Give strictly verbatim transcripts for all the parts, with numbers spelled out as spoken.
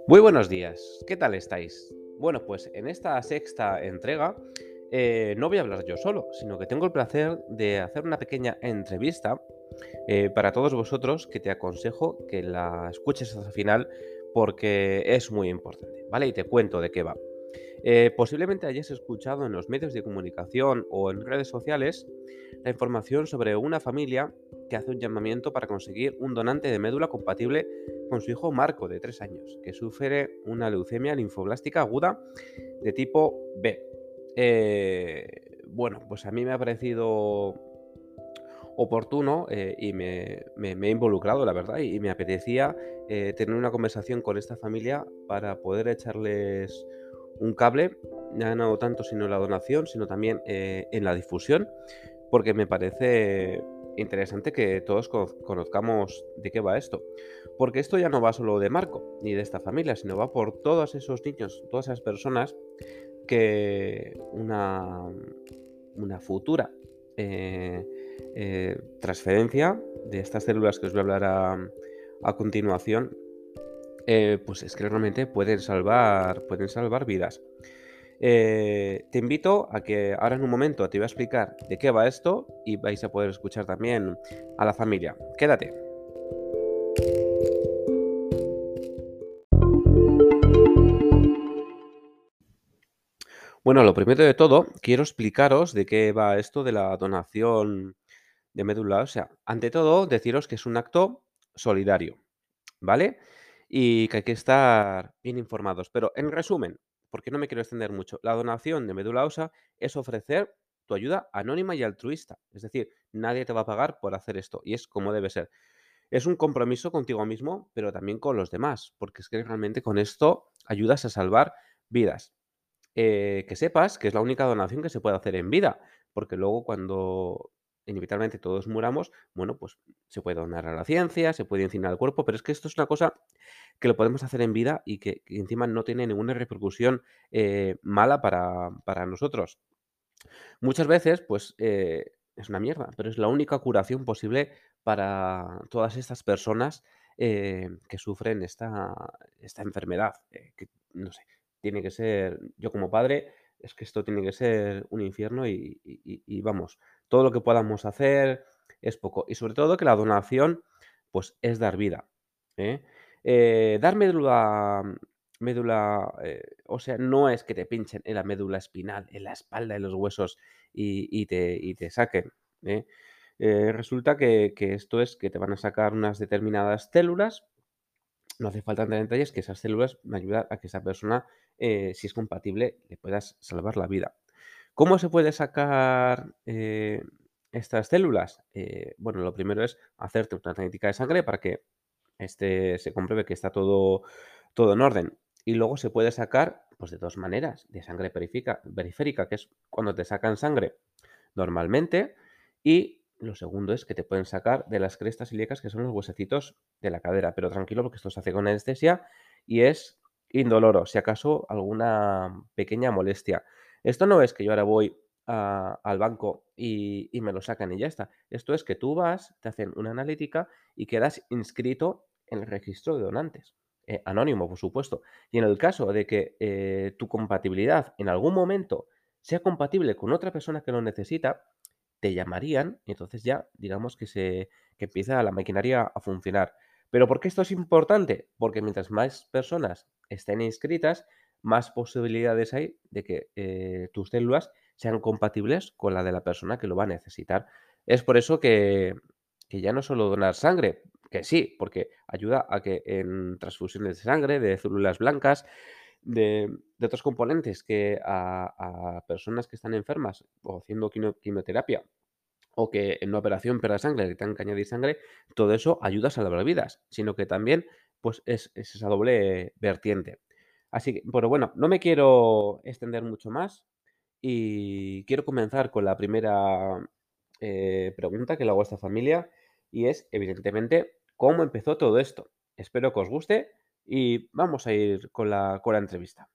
Muy buenos días, ¿qué tal estáis? Bueno, pues en esta sexta entrega eh, no voy a hablar yo solo, sino que tengo el placer de hacer una pequeña entrevista eh, para todos vosotros que te aconsejo que la escuches hasta el final porque es muy importante, ¿vale? Y te cuento de qué va. Eh, posiblemente hayas escuchado en los medios de comunicación o en redes sociales la información sobre una familia que hace un llamamiento para conseguir un donante de médula compatible con su hijo Marco, de tres años, que sufre una leucemia linfoblástica aguda de tipo B. Eh, bueno, pues a mí me ha parecido oportuno eh, y me, me- me he involucrado, la verdad, y, me apetecía eh, tener una conversación con esta familia para poder echarles un cable, ya no tanto sino en la donación, sino también eh, en la difusión, porque me parece interesante que todos conoz- conozcamos de qué va esto. Porque esto ya no va solo de Marco ni de esta familia, sino va por todos esos niños, todas esas personas que una, una futura eh, eh, transferencia de estas células que os voy a hablar a, a continuación, eh, pues es que realmente pueden salvar, pueden salvar vidas. Eh, te invito a que ahora en un momento te voy a explicar de qué va esto y vais a poder escuchar también a la familia. Quédate. Bueno, lo primero de todo, quiero explicaros de qué va esto de la donación de médula ósea. Ante todo, deciros que es un acto solidario, ¿vale? Y que hay que estar bien informados. Pero en resumen, porque no me quiero extender mucho, la donación de médula ósea es ofrecer tu ayuda anónima y altruista. Es decir, nadie te va a pagar por hacer esto y es como debe ser. Es un compromiso contigo mismo, pero también con los demás, porque es que realmente con esto ayudas a salvar vidas. Eh, que sepas que es la única donación que se puede hacer en vida, porque luego cuando inevitablemente todos muramos, bueno, pues se puede donar a la ciencia, se puede incinerar el cuerpo, pero es que esto es una cosa que lo podemos hacer en vida y que, que encima no tiene ninguna repercusión eh, mala para, para nosotros. Muchas veces, pues eh, es una mierda, pero es la única curación posible para todas estas personas eh, que sufren esta, esta enfermedad. eh, que, no sé, tiene que ser, yo como padre, es que esto tiene que ser un infierno y, y- y- y vamos, todo lo que podamos hacer es poco. Y sobre todo que la donación, pues es dar vida. ¿eh? Eh, dar médula, médula eh, ósea no es que te pinchen en la médula espinal, en la espalda, en los huesos y, y te, y te saquen. ¿eh? Eh, resulta que, que esto es que te van a sacar unas determinadas células. No hace falta entrar en detalles, que esas células van a ayudar a que esa persona, eh, si es compatible, le puedas salvar la vida. ¿Cómo se puede sacar eh, estas células? Eh, bueno, lo primero es hacerte una analítica de sangre para que este, se compruebe que está todo, todo en orden. Y luego se puede sacar, pues de dos maneras, de sangre periférica, periférica, que es cuando te sacan sangre normalmente, y lo segundo es que te pueden sacar de las crestas ilíacas, que son los huesecitos de la cadera. Pero tranquilo, porque esto se hace con anestesia y es indoloro, si acaso alguna pequeña molestia. Esto no es que yo ahora voy a- al banco y, y me lo sacan y ya está. Esto es que tú vas, te hacen una analítica y quedas inscrito en el registro de donantes. Eh, anónimo, por supuesto. Y en el caso de que eh, tu compatibilidad en algún momento sea compatible con otra persona que lo necesita, te llamarían y entonces ya, digamos que se que empieza la maquinaria a funcionar. ¿Pero por qué esto es importante? Porque mientras más personas estén inscritas, más posibilidades hay de que eh, tus células sean compatibles con la de la persona que lo va a necesitar. Es por eso que, que ya no solo donar sangre, que sí, porque ayuda a que en transfusiones de sangre, de células blancas, de, de otros componentes que a, a personas que están enfermas o haciendo quimio- quimioterapia o que en una operación pierda sangre, le tengan que añadir sangre, todo eso ayuda a salvar vidas, sino que también pues es, es esa doble vertiente. Así que, pero bueno, no me quiero extender mucho más y quiero comenzar con la primera eh, pregunta que le hago a esta familia y es, evidentemente, ¿cómo empezó todo esto? Espero que os guste y vamos a ir con la, con la entrevista.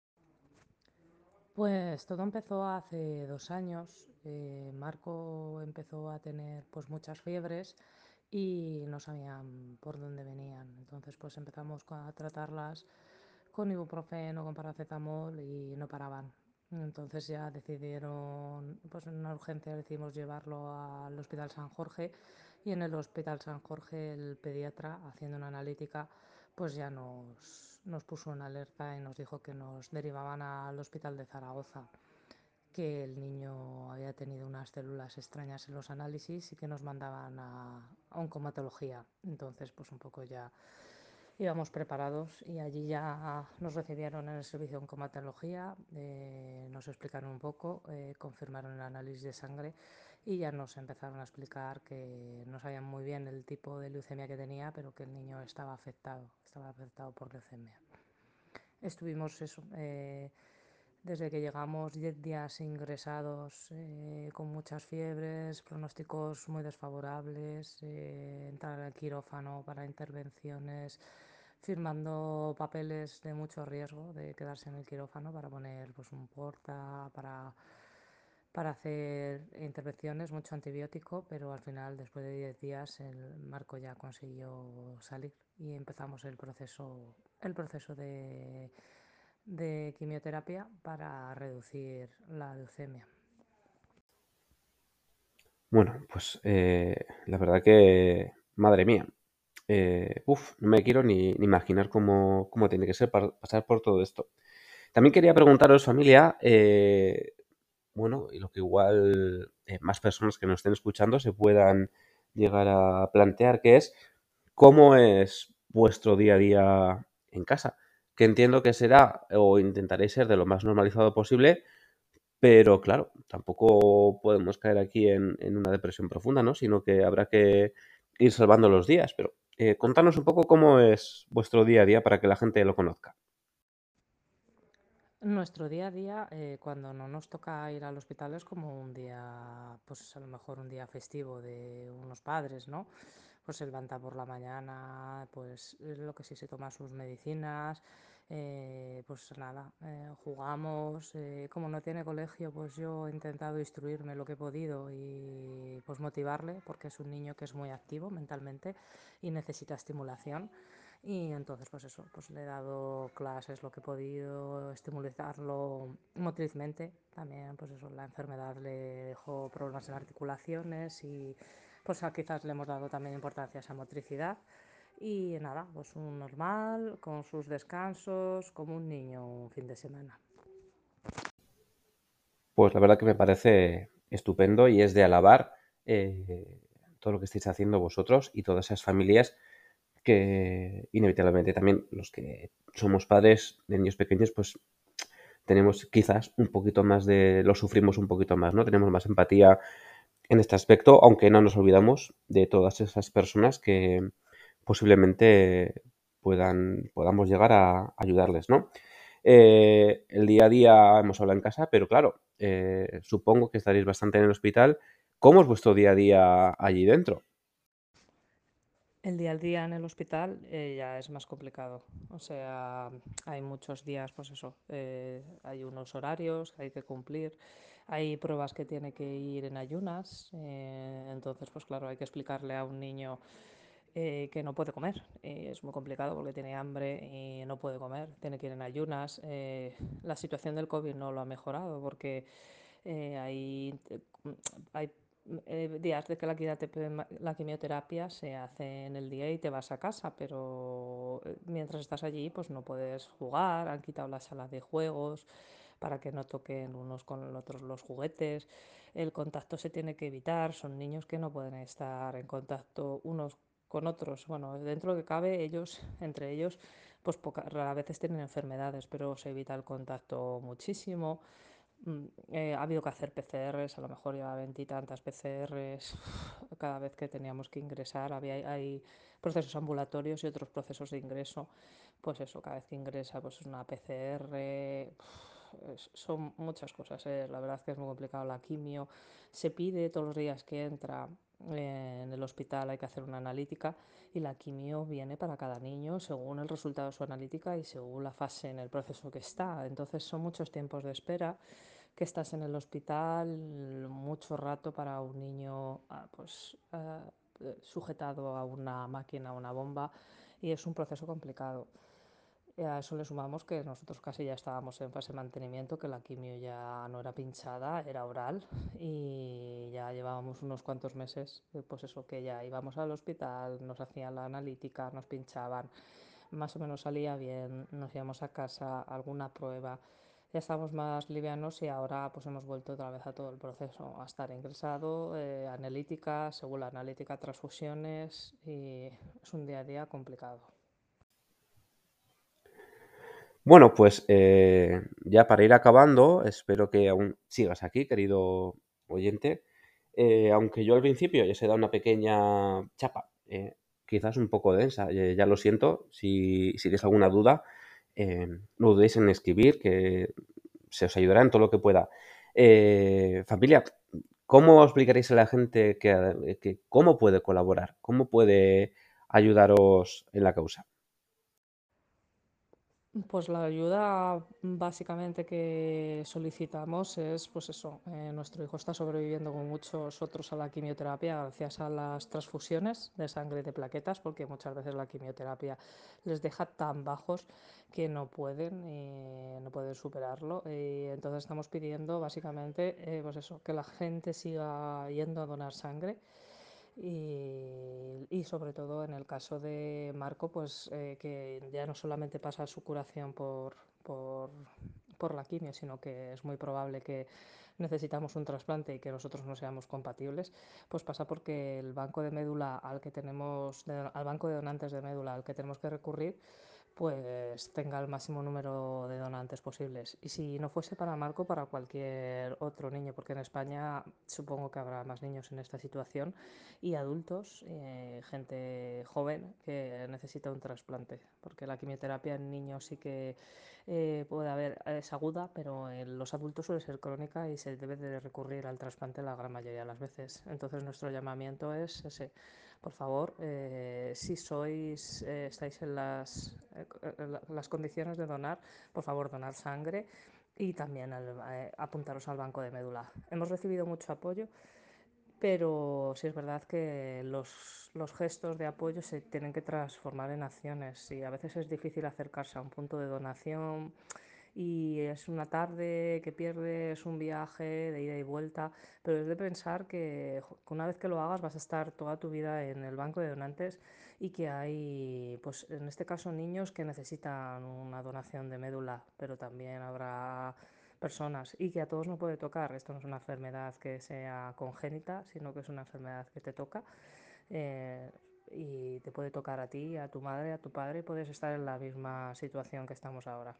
Pues todo empezó hace dos años. eh, Marco empezó a tener pues muchas fiebres y no sabían por dónde venían. Entonces pues empezamos co- a tratarlas con ibuprofeno, con paracetamol y no paraban. Entonces ya decidieron, pues en una urgencia decidimos llevarlo al Hospital San Jorge y en el Hospital San Jorge el pediatra, haciendo una analítica, pues ya nos, nos puso en alerta y nos dijo que nos derivaban al Hospital de Zaragoza, que el niño había tenido unas células extrañas en los análisis y que nos mandaban a, a oncomatología. Entonces, pues un poco ya íbamos preparados y allí ya nos recibieron en el servicio de oncomatología, eh, nos explicaron un poco, eh, confirmaron el análisis de sangre y ya nos empezaron a explicar que no sabían muy bien el tipo de leucemia que tenía, pero que el niño estaba afectado, estaba afectado por leucemia. Estuvimos eso, eh, desde que llegamos diez días ingresados, eh, con muchas fiebres, pronósticos muy desfavorables, eh, entrar al quirófano para intervenciones, firmando papeles de mucho riesgo de quedarse en el quirófano para poner pues, un porta, para, para hacer intervenciones, mucho antibiótico, pero al final, después de diez días, el Marco ya consiguió salir y empezamos el proceso, el proceso de de quimioterapia para reducir la leucemia. Bueno, pues eh, la verdad que, madre mía, eh, uf, no me quiero ni, ni imaginar cómo, cómo tiene que ser para pasar por todo esto. También quería preguntaros, familia, eh, bueno, y lo que igual eh, más personas que nos estén escuchando se puedan llegar a plantear, que es cómo es vuestro día a día en casa, que entiendo que será o intentaréis ser de lo más normalizado posible, pero claro, tampoco podemos caer aquí en, en una depresión profunda, ¿no? Sino que habrá que ir salvando los días. Pero eh, contanos un poco cómo es vuestro día a día para que la gente lo conozca. Nuestro día a día, eh, cuando no nos toca ir al hospital, es como un día, pues a lo mejor un día festivo de unos padres, ¿no? Pues se levanta por la mañana, pues es lo que sí se toma sus medicinas, eh, pues nada, eh, jugamos, eh, como no tiene colegio, pues yo he intentado instruirme lo que he podido y pues motivarle, porque es un niño que es muy activo mentalmente y necesita estimulación. Y entonces, pues eso, pues le he dado clases lo que he podido, estimulizarlo motrizmente. También, pues eso, la enfermedad le dejó problemas en articulaciones y pues a, quizás le hemos dado también importancia a esa motricidad. Y nada, pues un normal, con sus descansos, como un niño un fin de semana. Pues la verdad que me parece estupendo y es de alabar eh, todo lo que estáis haciendo vosotros y todas esas familias que inevitablemente también los que somos padres de niños pequeños, pues tenemos quizás un poquito más de, lo sufrimos un poquito más, ¿no? Tenemos más empatía en este aspecto, aunque no nos olvidamos de todas esas personas que posiblemente puedan, podamos llegar a ayudarles, ¿no? Eh, el día a día hemos hablado en casa, pero claro, eh, supongo que estaréis bastante en el hospital. ¿Cómo es vuestro día a día allí dentro? El día al día en el hospital eh, ya es más complicado. O sea, hay muchos días, pues eso, eh, hay unos horarios que hay que cumplir, hay pruebas que tiene que ir en ayunas, eh, entonces, pues claro, hay que explicarle a un niño eh, que no puede comer. Eh, es muy complicado porque tiene hambre y no puede comer, tiene que ir en ayunas. Eh, la situación del COVID no lo ha mejorado porque eh, hay, hay eh, días de que la, la quimioterapia se hace en el día y te vas a casa, pero eh, mientras estás allí pues no puedes jugar, han quitado la sala de juegos para que no toquen unos con otros los juguetes, el contacto se tiene que evitar, son niños que no pueden estar en contacto unos con otros, bueno, dentro de que cabe ellos, entre ellos, pues poca, rara veces tienen enfermedades, pero se evita el contacto muchísimo. Mm, eh, ha habido que hacer P C Rs, a lo mejor lleva veintitantas P C Rs cada vez que teníamos que ingresar. Había, hay procesos ambulatorios y otros procesos de ingreso. Pues eso, cada vez que ingresa, pues es una P C R. Es, son muchas cosas, ¿eh? La verdad es que es muy complicado. La quimio se pide todos los días que entra eh, en el hospital, hay que hacer una analítica y la quimio viene para cada niño según el resultado de su analítica y según la fase en el proceso que está. Entonces son muchos tiempos de espera que estás en el hospital mucho rato para un niño ah, pues uh, sujetado a una máquina, a una bomba y es un proceso complicado. Y a eso le sumamos que nosotros casi ya estábamos en fase de mantenimiento, que la quimio ya no era pinchada, era oral, y ya llevábamos unos cuantos meses, eh, pues eso, que ya íbamos al hospital, nos hacían la analítica, nos pinchaban, más o menos salía bien, nos íbamos a casa, alguna prueba, ya estábamos más livianos y ahora pues hemos vuelto otra vez a todo el proceso, a estar ingresado, eh, analítica, según la analítica, transfusiones, y es un día a día complicado. Bueno, pues eh, ya para ir acabando, espero que aún sigas aquí, querido oyente. Eh, aunque yo al principio ya se da una pequeña chapa, eh, quizás un poco densa, eh, ya lo siento. Si, si tienes alguna duda, eh, no dudéis en escribir, que se os ayudará en todo lo que pueda. Eh, familia, ¿cómo explicaréis a la gente que, que cómo puede colaborar? ¿Cómo puede ayudaros en la causa? Pues la ayuda básicamente que solicitamos es, pues eso, eh, nuestro hijo está sobreviviendo con muchos otros a la quimioterapia gracias a las transfusiones de sangre y de plaquetas, porque muchas veces la quimioterapia les deja tan bajos que no pueden, eh, no pueden superarlo. Y entonces estamos pidiendo básicamente, eh, pues eso, que la gente siga yendo a donar sangre. Y, y sobre todo en el caso de Marco, pues eh, que ya no solamente pasa su curación por, por, por la quimio, sino que es muy probable que necesitamos un trasplante y que nosotros no seamos compatibles, pues pasa porque el banco de médula al que tenemos, de, al banco de donantes de médula al que tenemos que recurrir, pues tenga el máximo número de donantes posibles. Y si no fuese para Marco, para cualquier otro niño, porque en España supongo que habrá más niños en esta situación y adultos, eh, gente joven que necesita un trasplante, porque la quimioterapia en niños sí que eh, puede haber, es aguda, pero en los adultos suele ser crónica y se debe de recurrir al trasplante la gran mayoría de las veces. Entonces nuestro llamamiento es ese. Por favor, eh, si sois, eh, estáis en las, eh, las condiciones de donar, por favor, donar sangre y también al, eh, apuntaros al banco de médula. Hemos recibido mucho apoyo, pero sí es verdad que los, los gestos de apoyo se tienen que transformar en acciones y a veces es difícil acercarse a un punto de donación y es una tarde que pierdes, un viaje de ida y vuelta, pero es de pensar que, que una vez que lo hagas vas a estar toda tu vida en el banco de donantes y que hay, pues en este caso, niños que necesitan una donación de médula, pero también habrá personas y que a todos no puede tocar. Esto no es una enfermedad que sea congénita, sino que es una enfermedad que te toca. Eh, y te puede tocar a ti, a tu madre, a tu padre, puedes estar en la misma situación que estamos ahora.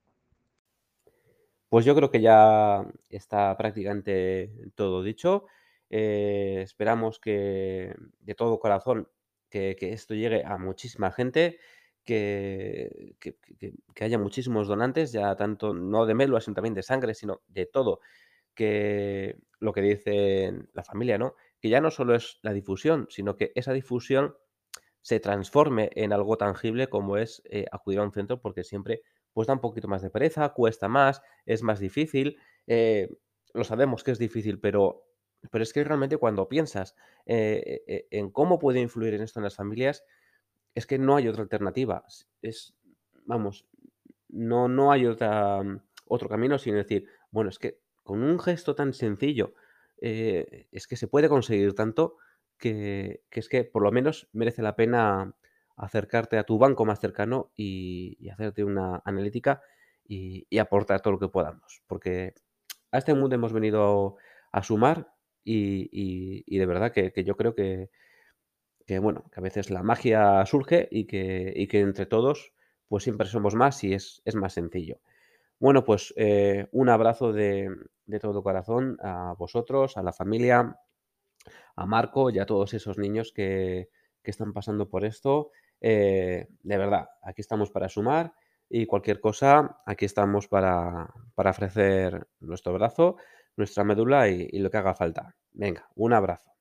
Pues yo creo que ya está prácticamente todo dicho. Eh, esperamos que de todo corazón que, que esto llegue a muchísima gente, que, que- que- que haya muchísimos donantes, ya tanto no de médula, sino también de sangre, sino de todo, que lo que dice la familia, ¿no? Que ya no solo es la difusión, sino que esa difusión se transforme en algo tangible como es eh, acudir a un centro, porque siempre pues da un poquito más de pereza, cuesta más, es más difícil. eh, lo sabemos que es difícil, pero, pero es que realmente cuando piensas eh, eh, en cómo puede influir en esto en las familias, es que no hay otra alternativa. Es, es- vamos, no, no hay otra, mm, otro camino sino decir, bueno, es que con un gesto tan sencillo, eh, es que se puede conseguir tanto que, que es que por lo menos merece la pena acercarte a tu banco más cercano y, y hacerte una analítica y, y aportar todo lo que podamos. Porque a este mundo hemos venido a sumar y, y- y de verdad que, que yo creo que, que, bueno, que a veces la magia surge y que, y que entre todos pues siempre somos más y es, es más sencillo. Bueno, pues eh, un abrazo de, de todo corazón a vosotros, a la familia, a Marco y a todos esos niños que, que están pasando por esto. Eh, de verdad, aquí estamos para sumar y cualquier cosa, aquí estamos para, para ofrecer nuestro brazo, nuestra médula y, y lo que haga falta. Venga, un abrazo.